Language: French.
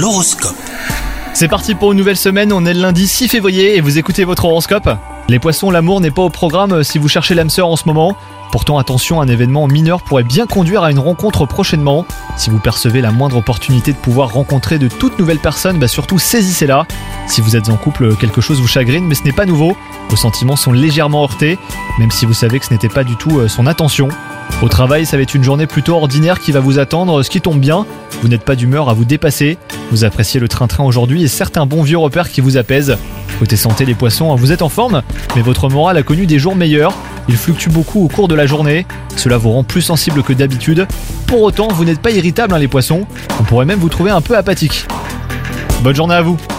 L'horoscope. C'est parti pour une nouvelle semaine, on est le lundi 6 février et vous écoutez votre horoscope. Les poissons, l'amour n'est pas au programme si vous cherchez l'âme sœur en ce moment. Pourtant attention, un événement mineur pourrait bien conduire à une rencontre prochainement. Si vous percevez la moindre opportunité de pouvoir rencontrer de toutes nouvelles personnes, surtout saisissez-la. Si vous êtes en couple, quelque chose vous chagrine, mais ce n'est pas nouveau. Vos sentiments sont légèrement heurtés, même si vous savez que ce n'était pas du tout son intention. Au travail, ça va être une journée plutôt ordinaire qui va vous attendre, ce qui tombe bien. Vous n'êtes pas d'humeur à vous dépasser. Vous appréciez le train-train aujourd'hui et certains bons vieux repères qui vous apaisent. Côté santé, les poissons, vous êtes en forme, mais votre morale a connu des jours meilleurs. Il fluctue beaucoup au cours de la journée. Cela vous rend plus sensible que d'habitude. Pour autant, vous n'êtes pas irritable, les poissons. On pourrait même vous trouver un peu apathique. Bonne journée à vous.